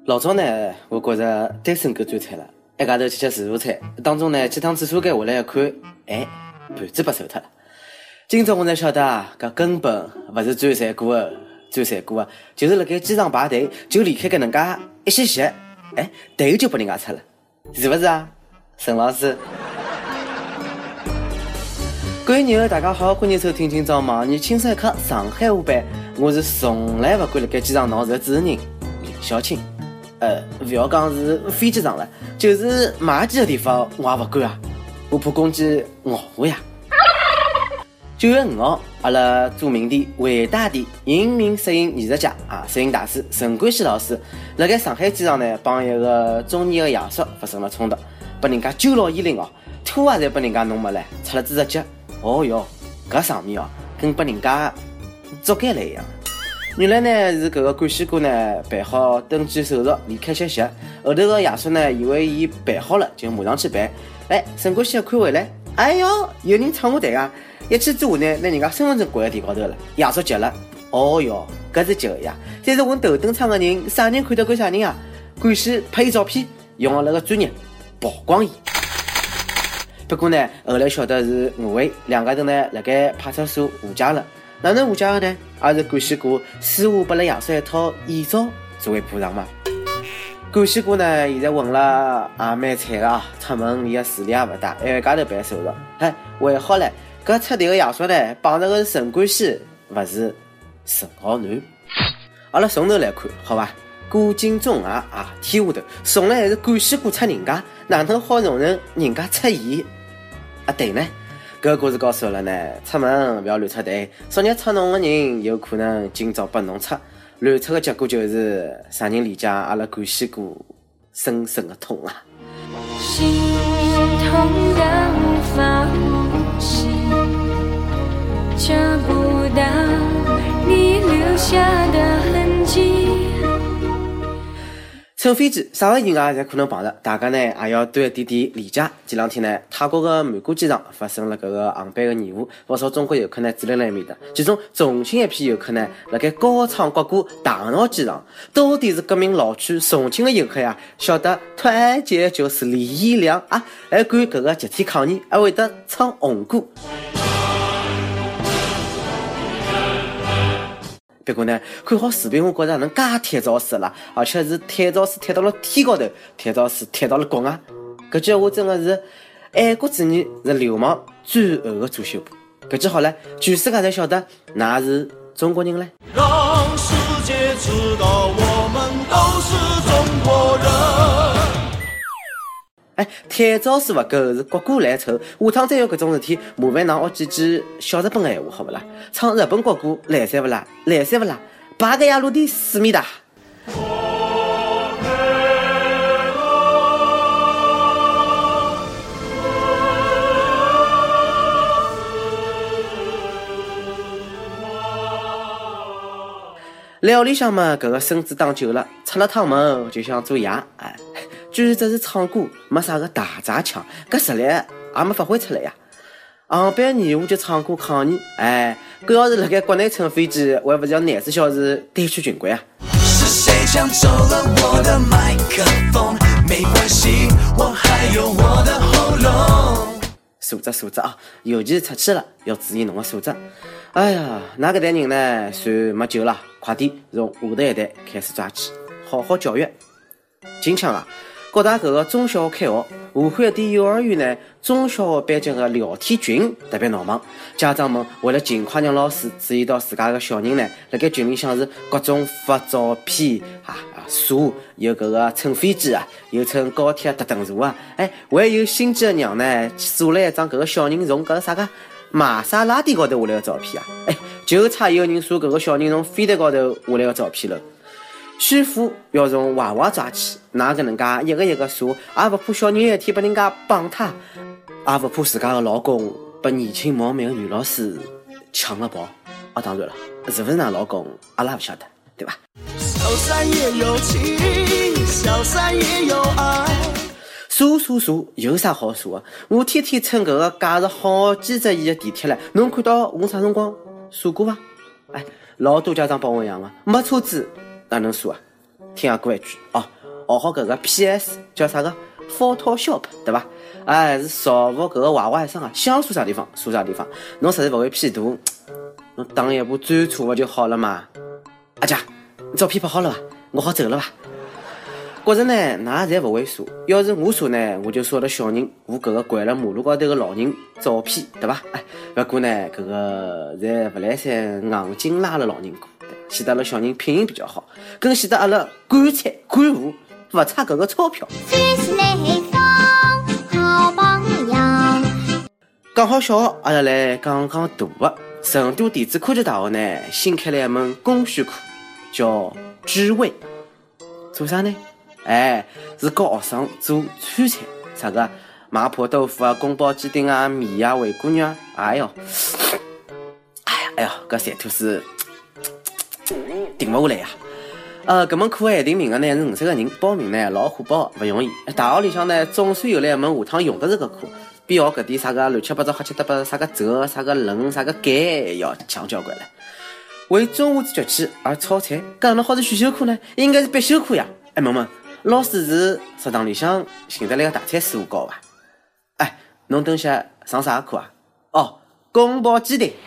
老早呢，我觉着单身狗最惨了，一家头吃自助餐，当中呢去趟厕所间下来一看，盘子被收脱了。今朝我才晓得啊，搿根本勿是最残酷的，最残酷的就是辣盖机场排队就离开搿能介一歇歇，队就拨人家出了，是勿是啊，沈老师？各位友大家好，欢迎收听今朝网易轻松一刻上海话版，我是从来勿敢辣盖机场闹事的主持人林小青。勿要讲是飞机场了，就是买机的地方我也勿敢啊，我怕公鸡咬我呀。9月5号，阿拉著名的伟大的银名摄影艺术家摄影大师陈冠希老师，辣盖上海机场呢，帮一个中年的爷叔发生了冲突，被人家揪牢衣领拖也侪被人家弄没来，出了指甲。哦哟，搿场面跟被人家捉奸来一样。原来呢是搿个冠希哥呢办好登记手续离开歇息，后头个爷叔呢以为伊办好了就马上去办。陈冠希一看回来，哎哟，有人抢我队啊！一气之下呢，拿人家身份证挂在地高头了。爷叔急了，哦哟，搿是急个呀！但是我头等舱个人，啥人看到管啥人啊？冠希拍伊照片，用了个专业曝光伊。不过呢，后来晓得是误会，两家头呢辣盖派出所和解了。哪能和解的呢？也是冠希哥私下拨了爷叔一套艳照作为补偿嘛。冠希哥呢，现在混了也蛮惨的出门连个助理也勿带，还一家头办手续。还好嘞，搿出题个爷叔呢，碰着个是陈冠希，勿是陈浩南。阿拉从头来看，好伐？古今中外天下头，从来还是冠希哥出人家，哪能好容忍人家出伊？对呢。搿故事告诉我了呢，出门勿要乱出队，昨日出侬个人有可能今朝拨侬出，乱出个结果就是啥人理解阿拉冠希哥深深的痛啊！ 心痛得无法呼吸，找不到你留下的痕迹。 乘飞机，啥个意外侪可能碰着，大家呢也要多一点点理解。前两天呢，泰国的曼谷机场发生了搿个航班的延误，不少中国游客呢挤辣辣埃面搭，其中重庆一批游客呢，辣盖高唱国歌大闹机场。到底是革命老区重庆的游客呀，晓得团结就是力量还管搿个集体抗议，还会得唱红歌。不过呢，看好视频，我觉着能介贴照势了，而且是贴照势贴到了天高头，贴照势贴到了国外。搿句话真的是爱国主义是流氓最后的遮羞布。搿句好了，全世界侪晓得，哪是中国人嘞？ 让世界知道我们都是中国人。 贴照势勿够，是国歌来凑。下趟再有搿种事体，麻烦㑚学几句小日本的闲话好勿啦？唱日本国歌来三勿啦？来三勿啦？巴格亚鲁的思密达。料理上嘛，搿个孙子打久了，出了趟门就想做爷，居然只是唱歌，没啥个大砸枪，搿实力也没发挥出来呀。航班延误就唱歌抗议，搿要是辣盖国内乘飞机，还勿是要24小时单曲循环啊？ 是谁抢走了我的麦克风？没关系，我还有我的喉咙。 素质尤其是出去了，要注意侬个素质。哎呀，㑚搿代人呢，算没救了，快点从下头一代开始抓起，好好教育。近腔各大搿个中小学开学，武汉一点幼儿园呢，中小学班级的聊天群特别闹忙。家长们为了尽快让老师注意到自家的小人呢，辣盖群里向是各种发照片书，有搿个乘飞机有乘高铁等座还有心机的娘呢，做了一张搿个小人从搿个啥个玛莎拉蒂高头下来的照片就差有人说搿个小人从飞机高头下来的照片了。媳妇要从娃娃抓起，哪搿能介一个一个说，也勿怕小人有一天被人家绑他，也勿怕自家的老公被年轻貌美的女老师抢了跑。当然了，是勿是㑚老公，阿拉勿晓得，对吧？ 小三也有情，小三也有爱。 数，有啥好数啊？我天天乘搿个价值好几十亿的地铁了，侬看到我啥辰光数过伐？老多家长帮我一样没车子哪能数啊？ 听过一句哦，学好搿个 PS 叫啥个 Photoshop 对伐？是造福搿个娃娃生啊，想输啥地方输啥地方。侬实在勿会 P 图，侬打一部专车勿就好了嘛？阿姐，照片拍好了伐？我好走了伐？觉着呢，㑚侪勿会耍。要是我耍呢，我就耍了小人和搿个掼辣马路高头个老人照片，对伐？不过呢，搿个侪勿来三硬劲拉了老人过，显得阿拉小人品行比较好，更显得阿拉干脆干活，勿差搿个钞票。 好榜样。 讲好小学，阿拉来讲讲大学。成都电子科技大学呢，新开了一门工序课，叫知味。做啥呢？是教学生做川菜，啥个麻婆豆腐啊、宫保鸡丁啊、米啊、回锅肉啊。哎呀，搿馋吐是停勿下来呀！搿门课限定名额呢是50个人，报名呢老火爆，勿容易。大学里向呢，总算有了一门下趟用得着个课，比学搿点啥个乱七八糟、黑七搭八、啥个折、啥个棱、啥个改要强交关了。为中午之崛起而炒菜，讲了好是选修课呢，应该是必修课呀！问问老师是食堂里向寻得来个大菜师傅教伐？侬等下上啥课啊？宫保鸡丁。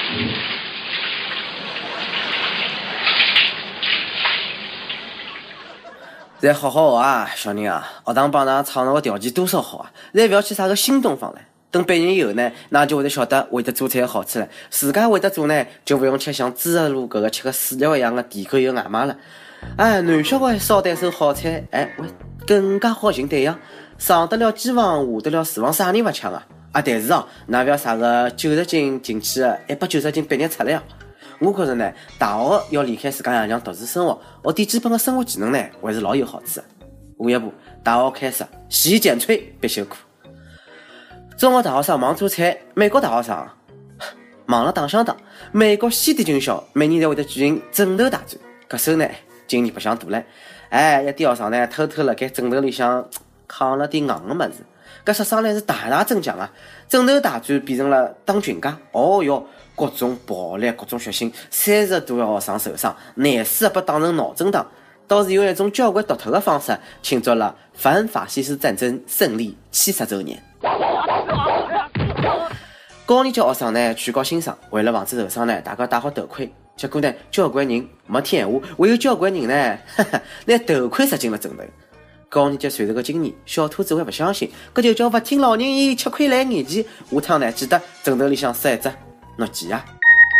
侪好好学啊，小人啊！学堂帮㑚创造个条件多少好啊！侪勿要去啥个新东方了。等毕业以后呢，㑚就会得晓得会得做菜个好处了。自家会得做呢，就勿用吃像猪肉路搿个吃个饲料一样的甜口油外卖了。男小孩烧得一手好菜，会更加好寻对象，上得了机房，下得了厨房，啥人勿抢啊？但是㑚勿要啥个90斤进去的，190斤毕业出来啊！我觉着呢，大学要离开自家爷娘读书生活，学点基本的生活技能呢，还是老有好处的。下一步，大学开始洗衣剪吹必修课。中国大学生忙做菜，美国大学生忙了打相当。美国西点军校每年侪会得举行枕头大战，搿手呢今年白相大了。一点学生呢偷偷辣盖枕头里向扛了点硬个物事，搿杀伤力是大大增强啊！枕头大战变成了打群架，各种暴力，各种血腥，30多个学生受伤，廿4被打成脑震荡。倒是用一种交关独特的方式庆祝了反法西斯战争胜利70周年。高年级学生呢劝告欣赏，为了防止受伤呢，大家戴好头盔。结果呢，交关人没听闲话，还有交关人呢，拿头盔塞进了枕头。高年级传授个经验，小兔子还不相信，搿就叫勿听老人言，吃亏来眼前。下趟呢，记得枕头里向塞一只诺基亚。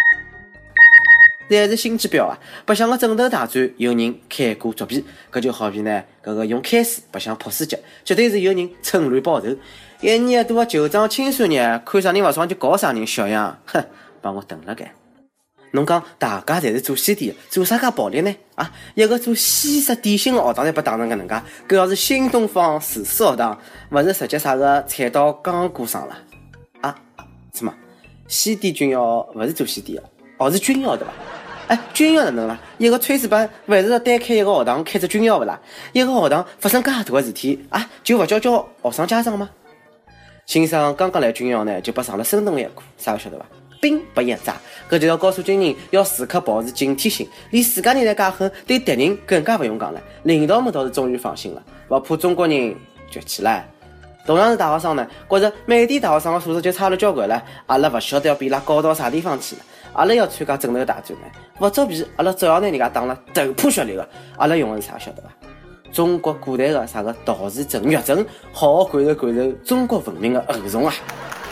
侪是心机婊啊！白相个枕头大战，有人开锅捉皮，搿就好比呢，搿个用开水白相破水节，绝对是有人趁乱报仇。1年多个旧账清算日，看啥人勿爽就告啥人，小样，帮我等了该。侬讲大家侪是做西点，做啥介暴力呢？一个做西式点心个学堂侪被打成搿能介，搿要是新东方厨师学堂，勿是直接啥个菜刀刚过上了？什么？西点军校勿是做西点的，是军校对伐？军校哪能啦？一个炊事班为是单开一个学堂，开只军校勿啦？一个学堂发生介大个事体就勿叫学生家长吗？新生刚刚来军校呢，就被上了生动的一课，啥个晓得伐？兵不厌诈，搿就要告诉军人要时刻保持警惕性，连自家人侪介狠，对敌人更加勿用讲了。领导们倒是终于放心了，勿怕中国人崛起了。同样是大学生呢，觉着美帝大学生的素质就差了交关了，阿拉勿晓得要比伊拉高到啥地方去了。阿拉要参加枕头大战呢，勿作弊，阿拉照样拿人家打了头破血流的。阿拉用的是啥晓得伐？中国古代的啥个道士阵、药阵，好好感受感受中国文明的厚重啊！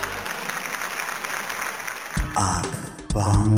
阿邦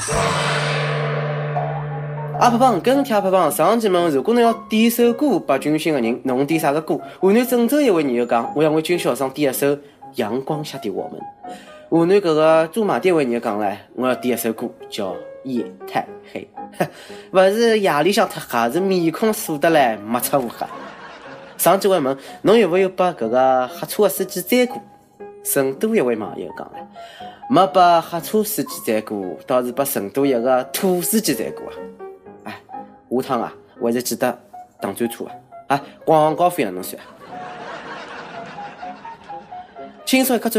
跟贴阿邦上期问，如果侬要点一首歌拨军训的人，侬点啥个歌？湖南郑州一位网友讲，我要为军校生点一首《阳光下的我们》。湖南搿个驻马店位人讲唻，我要点一首歌叫《夜太黑》，勿是夜里向太黑，是面孔素得来没出无黑。上几位问侬有没有把搿个黑车的司机载过？成都一位网友讲唻，没把黑车司机载过，倒是把成都一个土司机载过下趟还是记得打专车广告费哪能算？轻松一刻最要紧，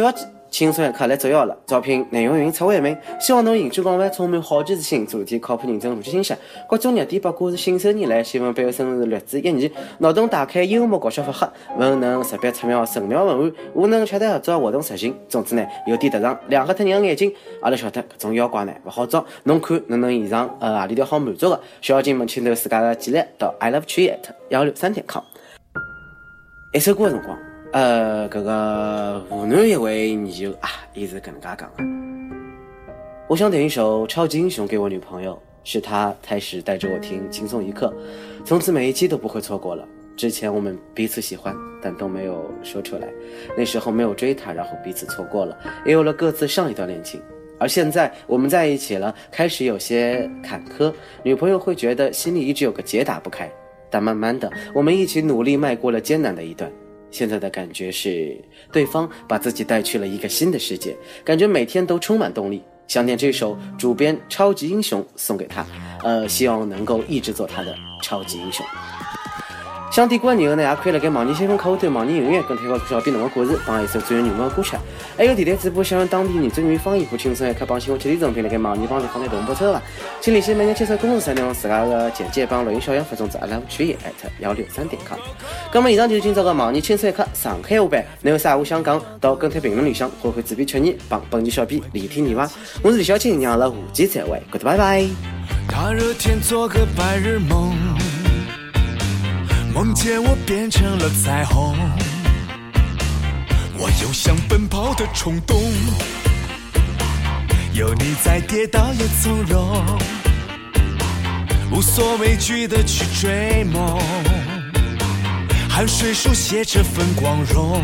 轻松一刻来作妖了，招聘内容运出完美，希望侬引起广泛，充满好奇之心，做题靠谱认真，逻辑清晰。各种热点八卦是信手拈来，新闻背后深入略知一二，脑洞打开，幽默搞笑发黑，文能识别出妙神妙文案，武能洽谈合作活动实行。总之呢，有点特长，亮瞎脱人眼睛。阿拉晓得搿种妖怪呢勿好找，侬看侬能现场何里条好满足的？小金们请投自家的简历到 iLoveCreate163.com。一首歌的辰光。搿个湖南一位研究伊是搿能介讲的。我想点一首超级英雄给我女朋友，是她开始带着我听轻松一刻，从此每一期都不会错过了。之前我们彼此喜欢，但都没有说出来，那时候没有追她，然后彼此错过了，也有了各自上一段恋情。而现在我们在一起了，开始有些坎坷，女朋友会觉得心里一直有个结打不开，但慢慢的我们一起努力迈过了艰难的一段。现在的感觉是对方把自己带去了一个新的世界，感觉每天都充满动力。想点这首主编超级英雄送给他，希望能够一直做他的超级英雄。想点歌的呢，也可以辣盖网易新闻客户端、网易音乐跟推广小编侬个故事，帮一首最有热门的歌曲。还有电台主播想用当地原汁原味方言和轻松一刻帮新闻7点钟，并辣盖网易帮助放在同步车吧。请联系每日接受公司内容自家的简介帮录音小样发送至iLoveCreate163.com。那么以上就是今朝的网易轻松一刻上海话版。侬有啥话想讲，到跟帖评论里向或会自编曲艺帮本期小编李天你哇。我是李小青，让阿拉下期再会 ，Goodbye bye。 大热天做个白日梦，梦见我变成了彩虹，我有想奔跑的冲动，有你在跌倒也从容，无所畏惧的去追梦，汗水书写这份光荣。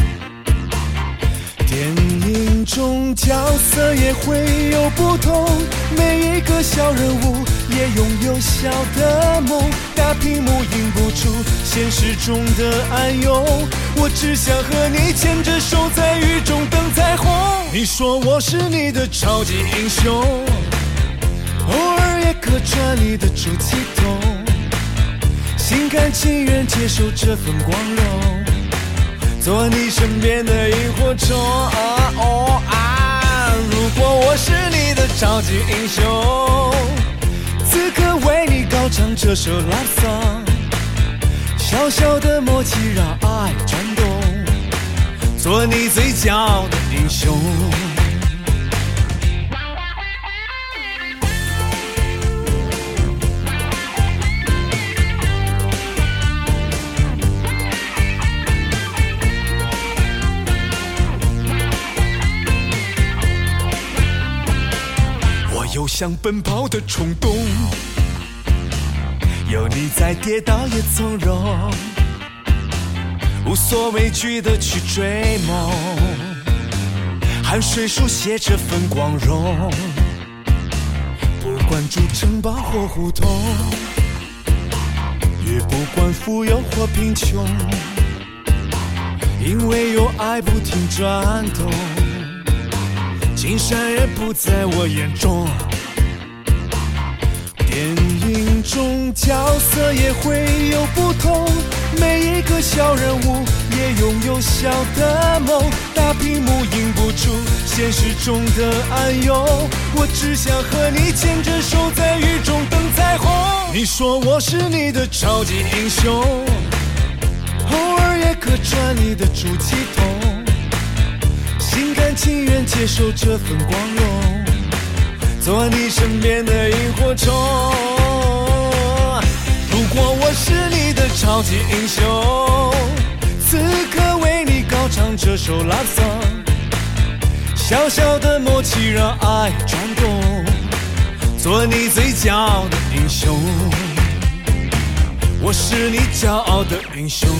电影中角色也会有不同，每一个小人物也拥有小的梦，大屏幕映不出现实中的暗涌，我只想和你牵着手在雨中等彩虹。你说我是你的超级英雄，偶尔也客串你的出气筒，心甘情愿接受这份光荣，做你身边的萤火虫。如果我是你的超级英雄，此刻为你高唱这首 love song， 小小的默契让爱转动，做你最骄傲的英雄。有想奔跑的冲动，有你在跌倒也从容，无所畏惧的去追梦，汗水书写这份光荣，不管住城堡或胡同，也不管富有或贫穷，因为有爱不停转动，金山也不在我眼中。电影中角色也会有不同，每一个小人物也拥有小的梦，大屏幕映不出现实中的暗涌，我只想和你牵着手在雨中等彩虹。你说我是你的超级英雄，偶尔也客串你的出气筒，心甘情愿接受这份光荣，做你身边的萤火虫。如果我是你的超级英雄，此刻为你高唱这首 love song， 小小的默契让爱转动，做你最骄傲的英雄。我是你骄傲的英雄，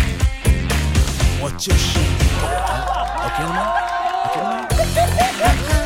我就是你。OK 了吗？OK 了吗？